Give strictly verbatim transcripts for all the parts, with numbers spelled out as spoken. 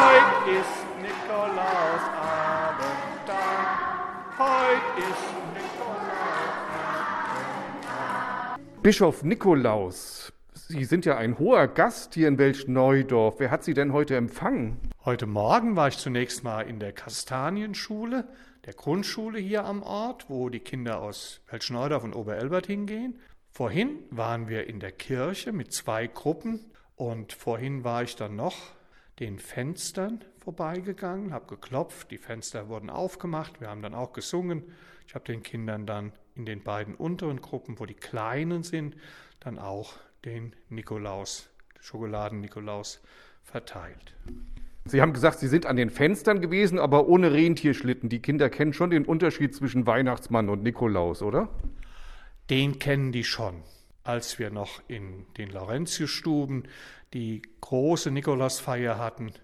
Heut ist Nikolausabend da. Heut ist Nikolausabend. Bischof Nikolaus, Sie sind ja ein hoher Gast hier in Welschneudorf. Wer hat Sie denn heute empfangen? Heute Morgen war ich zunächst mal in der Kastanienschule, der Grundschule hier am Ort, wo die Kinder aus Welschneudorf und Oberelbert hingehen. Vorhin waren wir in der Kirche mit zwei Gruppen und vorhin war ich dann noch den Fenstern vorbeigegangen, habe geklopft, die Fenster wurden aufgemacht, wir haben dann auch gesungen. Ich habe den Kindern dann in den beiden unteren Gruppen, wo die Kleinen sind, dann auch den Nikolaus, Schokoladen-Nikolaus verteilt. Sie haben gesagt, Sie sind an den Fenstern gewesen, aber ohne Rentierschlitten. Die Kinder kennen schon den Unterschied zwischen Weihnachtsmann und Nikolaus, oder? Den kennen die schon. Als wir noch in den Laurentiusstuben die große Nikolausfeier hatten,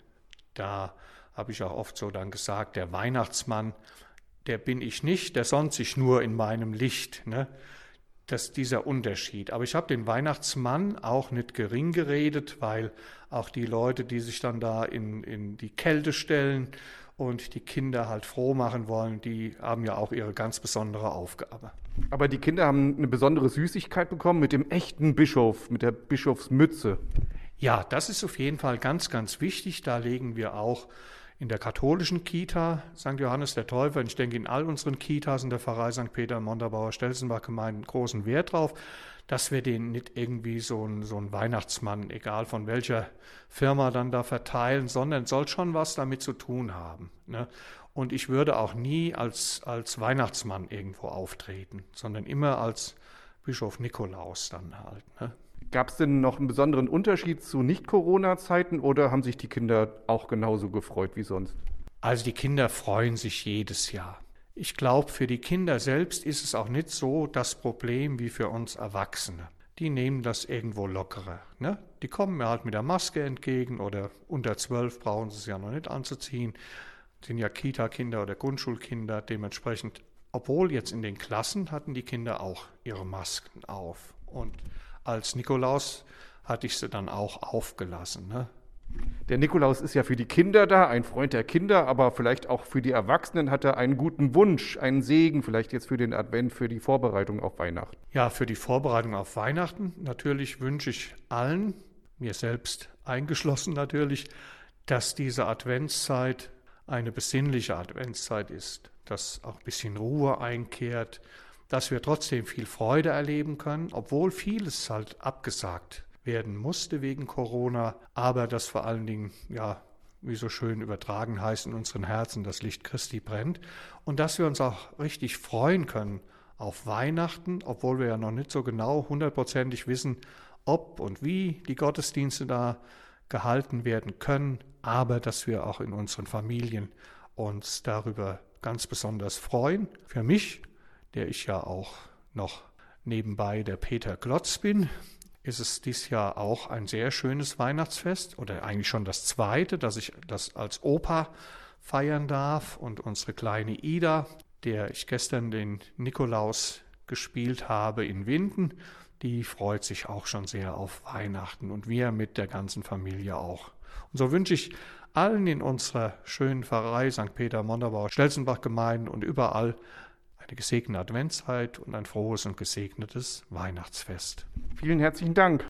da habe ich auch oft so dann gesagt, der Weihnachtsmann, der bin ich nicht, der sonnt sich nur in meinem Licht, ne? Das ist dieser Unterschied. Aber ich habe den Weihnachtsmann auch nicht gering geredet, weil auch die Leute, die sich dann da in, in die Kälte stellen und die Kinder halt froh machen wollen, die haben ja auch ihre ganz besondere Aufgabe. Aber die Kinder haben eine besondere Süßigkeit bekommen mit dem echten Bischof, mit der Bischofsmütze. Ja, das ist auf jeden Fall ganz, ganz wichtig. Da legen wir auch in der katholischen Kita Sankt Johannes der Täufer, und ich denke in all unseren Kitas in der Pfarrei Sankt Peter, Montabaur, Stelzenbach-Gemeinden großen Wert drauf, dass wir den nicht irgendwie so einen so einen Weihnachtsmann, egal von welcher Firma dann da verteilen, sondern soll schon was damit zu tun haben, ne? Und ich würde auch nie als, als Weihnachtsmann irgendwo auftreten, sondern immer als Bischof Nikolaus dann halt, ne? Gab es denn noch einen besonderen Unterschied zu Nicht-Corona-Zeiten oder haben sich die Kinder auch genauso gefreut wie sonst? Also die Kinder freuen sich jedes Jahr. Ich glaube, für die Kinder selbst ist es auch nicht so das Problem wie für uns Erwachsene. Die nehmen das irgendwo lockerer, ne? Die kommen mir halt mit der Maske entgegen oder unter zwölf brauchen sie es ja noch nicht anzuziehen. Sind ja Kita-Kinder oder Grundschulkinder, dementsprechend, obwohl jetzt in den Klassen hatten die Kinder auch ihre Masken auf. Und als Nikolaus hatte ich sie dann auch aufgelassen, ne? Der Nikolaus ist ja für die Kinder da, ein Freund der Kinder, aber vielleicht auch für die Erwachsenen hat er einen guten Wunsch, einen Segen, vielleicht jetzt für den Advent, für die Vorbereitung auf Weihnachten. Ja, für die Vorbereitung auf Weihnachten natürlich wünsche ich allen, mir selbst eingeschlossen natürlich, dass diese Adventszeit eine besinnliche Adventszeit ist, dass auch ein bisschen Ruhe einkehrt, dass wir trotzdem viel Freude erleben können, obwohl vieles halt abgesagt werden musste wegen Corona, aber dass vor allen Dingen, ja, wie so schön übertragen heißt, in unseren Herzen das Licht Christi brennt und dass wir uns auch richtig freuen können auf Weihnachten, obwohl wir ja noch nicht so genau hundertprozentig wissen, ob und wie die Gottesdienste da gehalten werden können, aber dass wir auch in unseren Familien uns darüber ganz besonders freuen. Für mich, der ich ja auch noch nebenbei der Peter Klotz bin, ist es dieses Jahr auch ein sehr schönes Weihnachtsfest oder eigentlich schon das zweite, dass ich das als Opa feiern darf und unsere kleine Ida, der ich gestern den Nikolaus gespielt habe in Winden, die freut sich auch schon sehr auf Weihnachten und wir mit der ganzen Familie auch. Und so wünsche ich allen in unserer schönen Pfarrei Sankt Peter, Montabaur, Stelzenbach-Gemeinden und überall eine gesegnete Adventszeit und ein frohes und gesegnetes Weihnachtsfest. Vielen herzlichen Dank.